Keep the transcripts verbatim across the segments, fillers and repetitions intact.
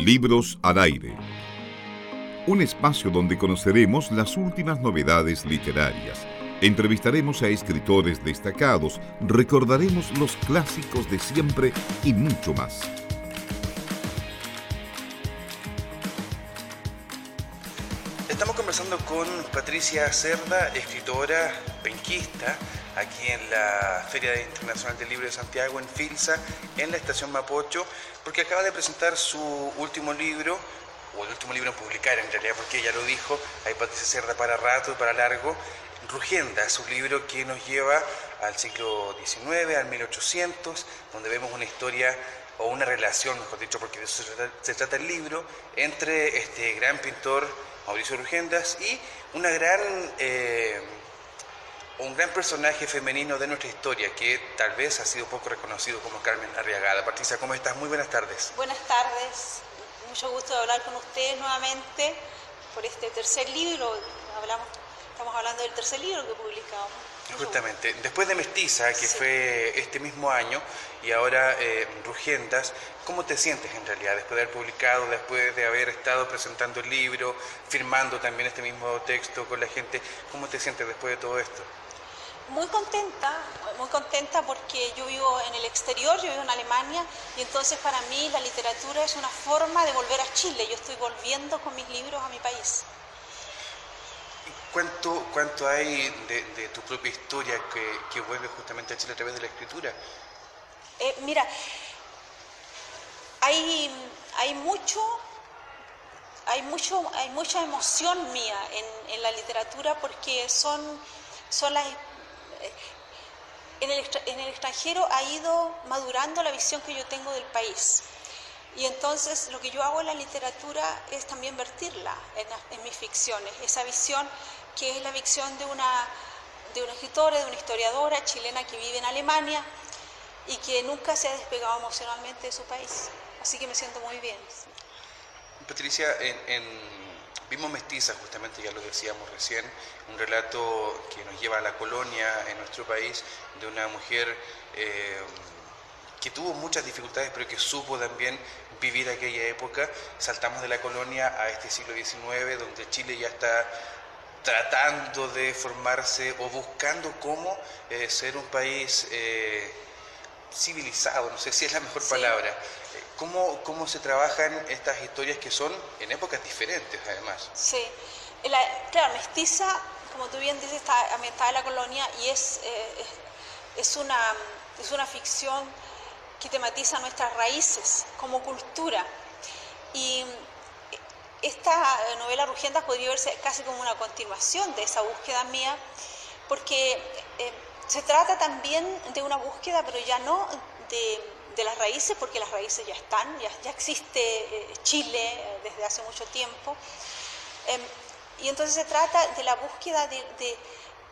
Libros al aire. Un espacio donde conoceremos las últimas novedades literarias. Entrevistaremos a escritores destacados, recordaremos los clásicos de siempre y mucho más. Estamos conversando con Patricia Cerda, escritora, penquista, aquí en la Feria Internacional del Libro de Santiago, en Filsa, en la estación Mapocho, porque acaba de presentar su último libro, o el último libro en publicar en realidad, porque ella lo dijo, hay Patricia Cerda para rato y para largo. Rugiendas, un libro que nos lleva al siglo diecinueve, al mil ochocientos, donde vemos una historia o una relación, mejor dicho, porque de eso se trata, se trata el libro, entre este gran pintor Mauricio Rugiendas y una gran, eh, un gran personaje femenino de nuestra historia que tal vez ha sido poco reconocido, como Carmen Arriagada. Patricia, ¿cómo estás? Muy buenas tardes. Buenas tardes, mucho gusto de hablar con ustedes nuevamente por este tercer libro. Hablamos, estamos hablando del tercer libro que publicamos. Justamente, después de Mestiza, que sí. fue este mismo año, y ahora eh, Rugiendas, ¿cómo te sientes en realidad después de haber publicado, después de haber estado presentando el libro, firmando también este mismo texto con la gente? ¿Cómo te sientes después de todo esto? Muy contenta, muy contenta porque yo vivo en el exterior, yo vivo en Alemania, y entonces para mí la literatura es una forma de volver a Chile. Yo estoy volviendo con mis libros a mi país. ¿Cuánto, cuánto hay de, de tu propia historia que, que vuelve justamente a Chile a través de la escritura? Eh, mira, hay, hay mucho, hay mucho, hay mucha emoción mía en, en la literatura porque son, son las, eh, en, el, en el extranjero ha ido madurando la visión que yo tengo del país. Y entonces lo que yo hago en la literatura es también vertirla en, en mis ficciones, esa visión que es la visión de una, de una escritora, de una historiadora chilena que vive en Alemania y que nunca se ha despegado emocionalmente de su país. Así que me siento muy bien. Patricia, en, en, vimos Mestiza, justamente ya lo decíamos recién, un relato que nos lleva a la colonia en nuestro país de una mujer eh, que tuvo muchas dificultades, pero que supo también vivir aquella época. Saltamos de la colonia a este siglo diecinueve, donde Chile ya está tratando de formarse o buscando cómo eh, ser un país eh, civilizado, no sé si es la mejor sí. palabra. ¿Cómo, ¿Cómo se trabajan estas historias que son en épocas diferentes, además? Sí, la, claro, Mestiza, como tú bien dices, está ambientada en la colonia y es, eh, es, una, es una ficción que tematiza nuestras raíces como cultura. Y esta novela Rugiendas podría verse casi como una continuación de esa búsqueda mía, porque eh, se trata también de una búsqueda, pero ya no de, de las raíces, porque las raíces ya están, ya, ya existe eh, Chile eh, desde hace mucho tiempo. Eh, y entonces se trata de la búsqueda de, de, eh,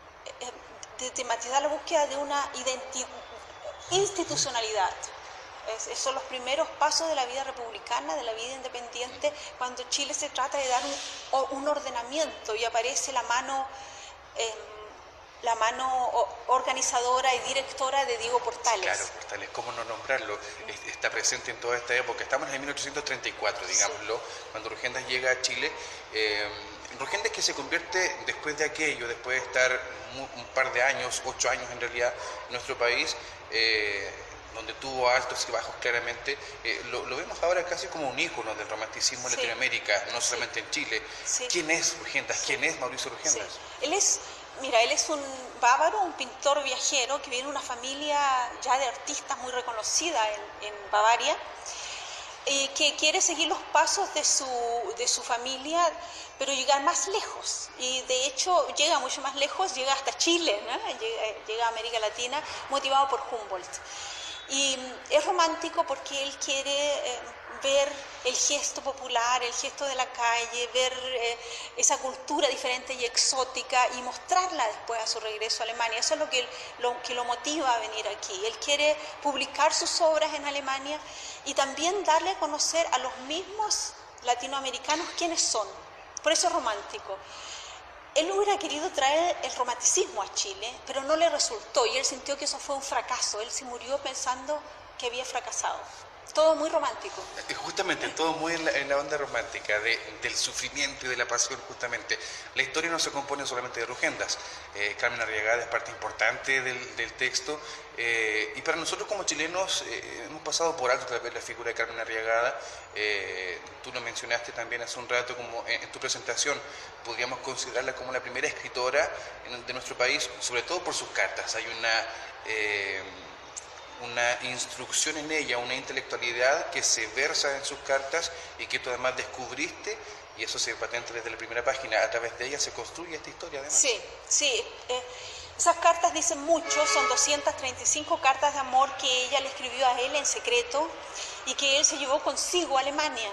de tematizar la búsqueda de una identi- institucionalidad. Es, son los primeros pasos de la vida republicana, de la vida independiente, cuando Chile se trata de dar un, un ordenamiento y aparece la mano, eh, la mano organizadora y directora de Diego Portales. Claro, Portales, ¿cómo no nombrarlo? Está presente en toda esta época. Estamos en mil ochocientos treinta y cuatro, digámoslo, sí. Cuando Rugiendas llega a Chile. Eh, Rugiendas que se convierte después de aquello, después de estar un, un par de años, ocho años en realidad, en nuestro país, eh, donde tuvo altos y bajos claramente, eh, lo, lo vemos ahora casi como un ícono del romanticismo en sí. Latinoamérica, no solamente sí. en Chile. Sí. ¿Quién es Rugiendas? Sí. ¿Quién es Mauricio Rugiendas? Sí. Él es, mira, él es un bávaro, un pintor viajero que viene de una familia ya de artistas muy reconocida en, en Bavaria, y que quiere seguir los pasos de su, de su familia, pero llegar más lejos. Y de hecho llega mucho más lejos, llega hasta Chile, ¿no? llega, llega a América Latina, motivado por Humboldt. Y es romántico porque él quiere eh, ver el gesto popular, el gesto de la calle, ver eh, esa cultura diferente y exótica y mostrarla después a su regreso a Alemania. Eso es lo que, lo que lo motiva a venir aquí. Él quiere publicar sus obras en Alemania y también darle a conocer a los mismos latinoamericanos quiénes son. Por eso es romántico. Él hubiera querido traer el romanticismo a Chile, pero no le resultó y él sintió que eso fue un fracaso. Él se murió pensando que había fracasado. todo muy romántico. Justamente, todo muy en la, en la onda romántica, de, del sufrimiento y de la pasión, justamente. La historia no se compone solamente de Rugendas. Eh, Carmen Arriagada es parte importante del, del texto, eh, y para nosotros como chilenos eh, hemos pasado por alto tal vez la figura de Carmen Arriagada. Eh, tú lo mencionaste también hace un rato como en, en tu presentación, podríamos considerarla como la primera escritora en, de nuestro país, sobre todo por sus cartas. Hay una... Eh, una instrucción en ella, una intelectualidad que se versa en sus cartas y que tú además descubriste, y eso se patenta desde la primera página. A través de ella se construye esta historia además. Sí, sí. Eh, esas cartas dicen mucho, son doscientas treinta y cinco cartas de amor que ella le escribió a él en secreto y que él se llevó consigo a Alemania.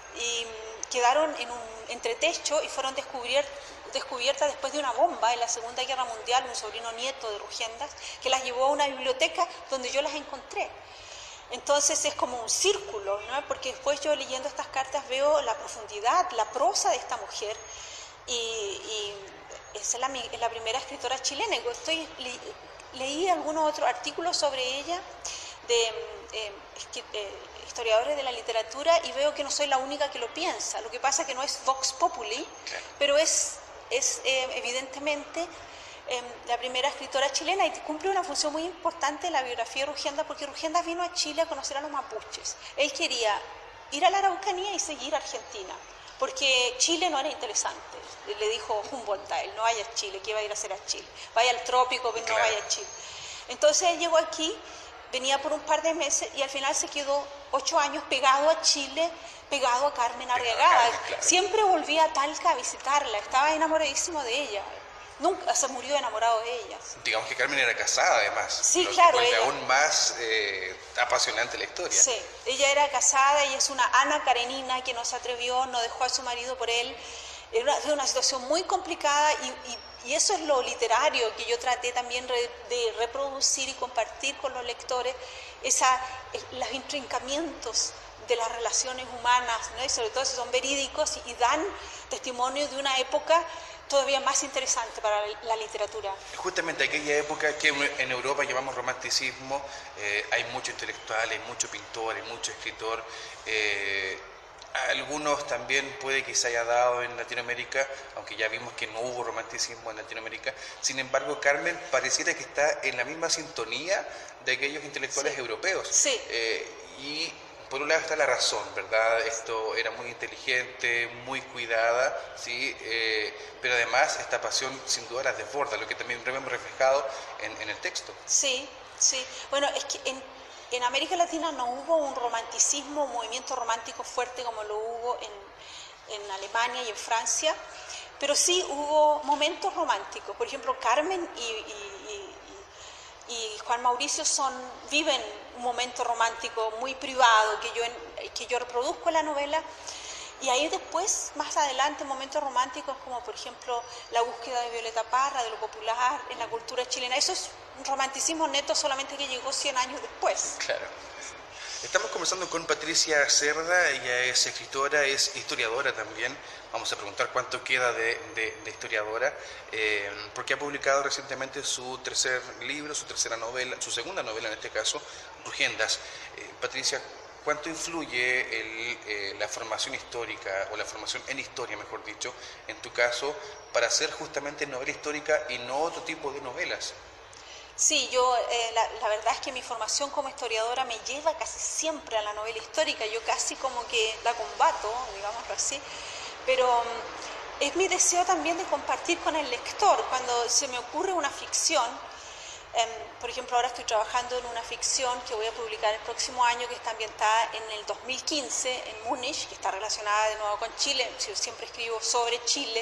Y quedaron en un entretecho y fueron descubiertas descubierta después de una bomba en la Segunda Guerra Mundial, un sobrino nieto de Rugendas, que las llevó a una biblioteca donde yo las encontré. Entonces es como un círculo, ¿no? Porque después yo leyendo estas cartas veo la profundidad, la prosa de esta mujer, y, y esa es la, es la primera escritora chilena. Estoy, le, leí algunos otros artículos sobre ella, de eh, eh, historiadores de la literatura, y veo que no soy la única que lo piensa. Lo que pasa es que no es vox populi, pero es... es eh, evidentemente eh, la primera escritora chilena, y cumple una función muy importante en la biografía de Rugendas, porque Rugendas vino a Chile a conocer a los mapuches. Él quería ir a la Araucanía y seguir a Argentina, porque Chile no era interesante. Le dijo Humboldt a él: no vaya a Chile, ¿qué va a ir a hacer a Chile? Vaya al trópico, pero no vaya a Chile. Entonces él llegó aquí, venía por un par de meses y al final se quedó ocho años pegado a Chile, pegado a Carmen Arriagada. Claro. Siempre volvía a Talca a visitarla, estaba enamoradísimo de ella. Nunca se murió enamorado de ella. Digamos que Carmen era casada además. Sí, claro. Vuelve aún más eh, apasionante la historia. Sí, ella era casada y es una Ana Karenina que no se atrevió, no dejó a su marido por él. Era una, una situación muy complicada y, y, y eso es lo literario que yo traté también re, de reproducir y compartir con los lectores, esa, los intrincamientos de las relaciones humanas, ¿no? Y sobre todo si son verídicos y, y dan testimonio de una época todavía más interesante para la literatura. Justamente aquella época que en Europa llamamos romanticismo, eh, hay mucho intelectual, hay mucho pintor, hay mucho escritor, eh, algunos también puede que se haya dado en Latinoamérica, aunque ya vimos que no hubo romanticismo en Latinoamérica. Sin embargo, Carmen pareciera que está en la misma sintonía de aquellos intelectuales sí. europeos. Sí. Eh, y por un lado está la razón, ¿verdad? Esto era muy inteligente, muy cuidada, ¿sí? Eh, pero además esta pasión sin duda las desborda, lo que también vemos reflejado en, en el texto. Sí, sí. Bueno, es que en, en América Latina no hubo un romanticismo, un movimiento romántico fuerte como lo hubo en, en Alemania y en Francia, pero sí hubo momentos románticos. Por ejemplo, Carmen y, y, y, y Juan Mauricio son, viven un momento romántico muy privado que yo, que yo reproduzco en la novela, y ahí después, más adelante, momentos románticos como por ejemplo la búsqueda de Violeta Parra, de lo popular en la cultura chilena. Eso es un romanticismo neto, solamente que llegó cien años después. Claro. Estamos conversando con Patricia Cerda, ella es escritora, es historiadora también. Vamos a preguntar cuánto queda de, de, de historiadora, eh, porque ha publicado recientemente su tercer libro, su tercera novela, su segunda novela en este caso, Rugendas. Eh, Patricia, ¿cuánto influye el, eh, la formación histórica, o la formación en historia, mejor dicho, en tu caso, para hacer justamente novela histórica y no otro tipo de novelas? Sí, yo eh, la, la verdad es que mi formación como historiadora me lleva casi siempre a la novela histórica. Yo casi como que la combato, digámoslo así, pero um, es mi deseo también de compartir con el lector. Cuando se me ocurre una ficción, eh, por ejemplo, ahora estoy trabajando en una ficción que voy a publicar el próximo año, que está ambientada en el dos mil quince en Múnich, que está relacionada de nuevo con Chile. Yo siempre escribo sobre Chile,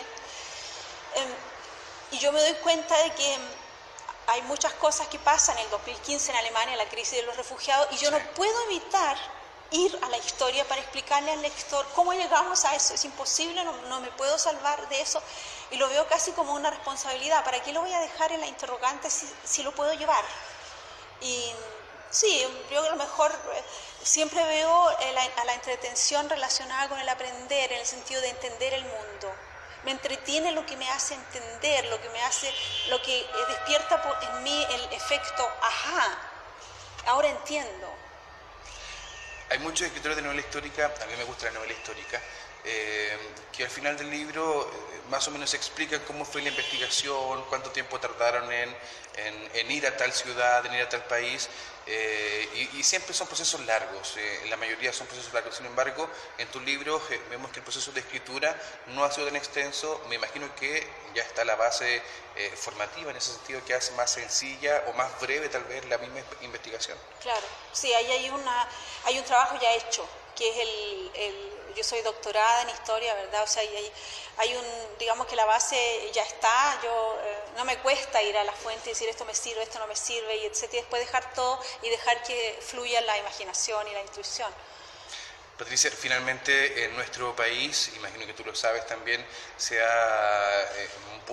eh, y yo me doy cuenta de que hay muchas cosas que pasan en el dos mil quince en Alemania, la crisis de los refugiados, y yo no puedo evitar ir a la historia para explicarle al lector cómo llegamos a eso. Es imposible, no, no me puedo salvar de eso, y lo veo casi como una responsabilidad. ¿Para qué lo voy a dejar en la interrogante si, si lo puedo llevar? Y sí, yo a lo mejor siempre veo a la, a la entretención relacionada con el aprender, en el sentido de entender el mundo. Me entretiene lo que me hace entender, lo que me hace, lo que despierta en mí el efecto ajá, ahora entiendo. Hay muchos escritores de novela histórica, a mí me gusta la novela histórica, eh, que al final del libro eh, más o menos explican cómo fue la investigación, cuánto tiempo tardaron en, en, en ir a tal ciudad, en ir a tal país, eh, y, y siempre son procesos largos, eh, la mayoría son procesos largos. Sin embargo, en tu libro eh, vemos que el proceso de escritura no ha sido tan extenso. Me imagino que ya está la base eh, formativa en ese sentido, que hace más sencilla o más breve tal vez la misma investigación. Claro, sí, ahí hay, una, hay un trabajo ya hecho, que es el, el, yo soy doctorada en historia, ¿verdad? O sea, hay, hay un, digamos que la base ya está, yo eh, no me cuesta ir a la fuente y decir esto me sirve, esto no me sirve, y etcétera, y después dejar todo y dejar que fluya la imaginación y la intuición. Patricia, finalmente en nuestro país, imagino que tú lo sabes también, se ha eh,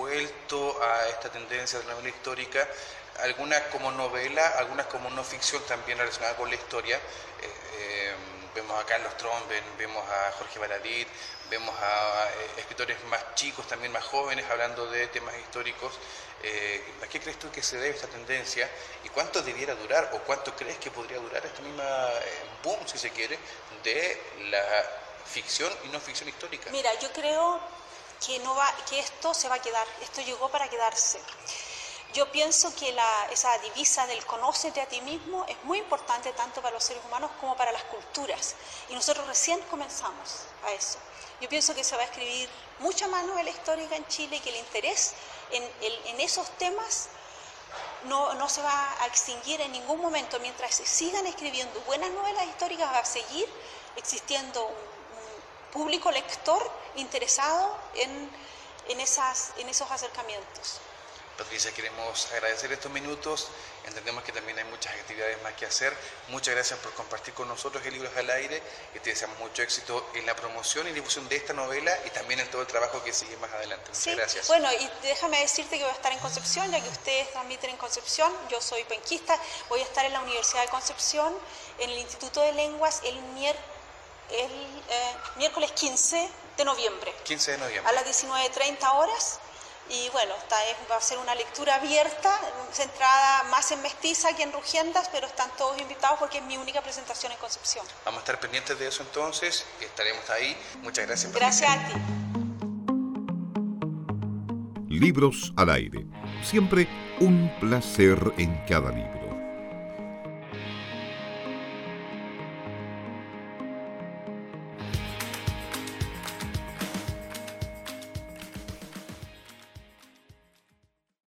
vuelto a esta tendencia de la novela histórica, algunas como novela, algunas como no ficción también relacionada con la historia. Eh, eh, vemos a Carlos Tromben, vemos a Jorge Baradit, vemos a eh, escritores más chicos, también más jóvenes, hablando de temas históricos. Eh, ¿A qué crees tú que se debe esta tendencia y cuánto debiera durar o cuánto crees que podría durar esta misma eh, boom, si se quiere, de la ficción y no ficción histórica? Mira, yo creo que, no va, que esto se va a quedar, esto llegó para quedarse. Yo pienso que la, esa divisa del conócete a ti mismo es muy importante tanto para los seres humanos como para las culturas. Y nosotros recién comenzamos a eso. Yo pienso que se va a escribir mucha más novela histórica en Chile y que el interés en, en, en esos temas no, no se va a extinguir en ningún momento. Mientras se sigan escribiendo buenas novelas históricas, va a seguir existiendo un, un público lector interesado en, en, esas, en esos acercamientos. Patricia, queremos agradecer estos minutos, entendemos que también hay muchas actividades más que hacer. Muchas gracias por compartir con nosotros el Libros al Aire y te deseamos mucho éxito en la promoción y difusión de esta novela y también en todo el trabajo que sigue más adelante. Muchas sí, gracias. Bueno, y déjame decirte que voy a estar en Concepción, ya que ustedes transmiten en Concepción, yo soy penquista, voy a estar en la Universidad de Concepción, en el Instituto de Lenguas, el, mier el eh, miércoles quince de noviembre. quince de noviembre. A las diecinueve treinta horas. Y bueno, esta es, va a ser una lectura abierta, centrada más en Mestiza que en Rugiendas, pero están todos invitados porque es mi única presentación en Concepción. Vamos a estar pendientes de eso entonces y estaremos ahí. Muchas gracias. Gracias a ti. Libros al Aire. Siempre un placer en cada libro.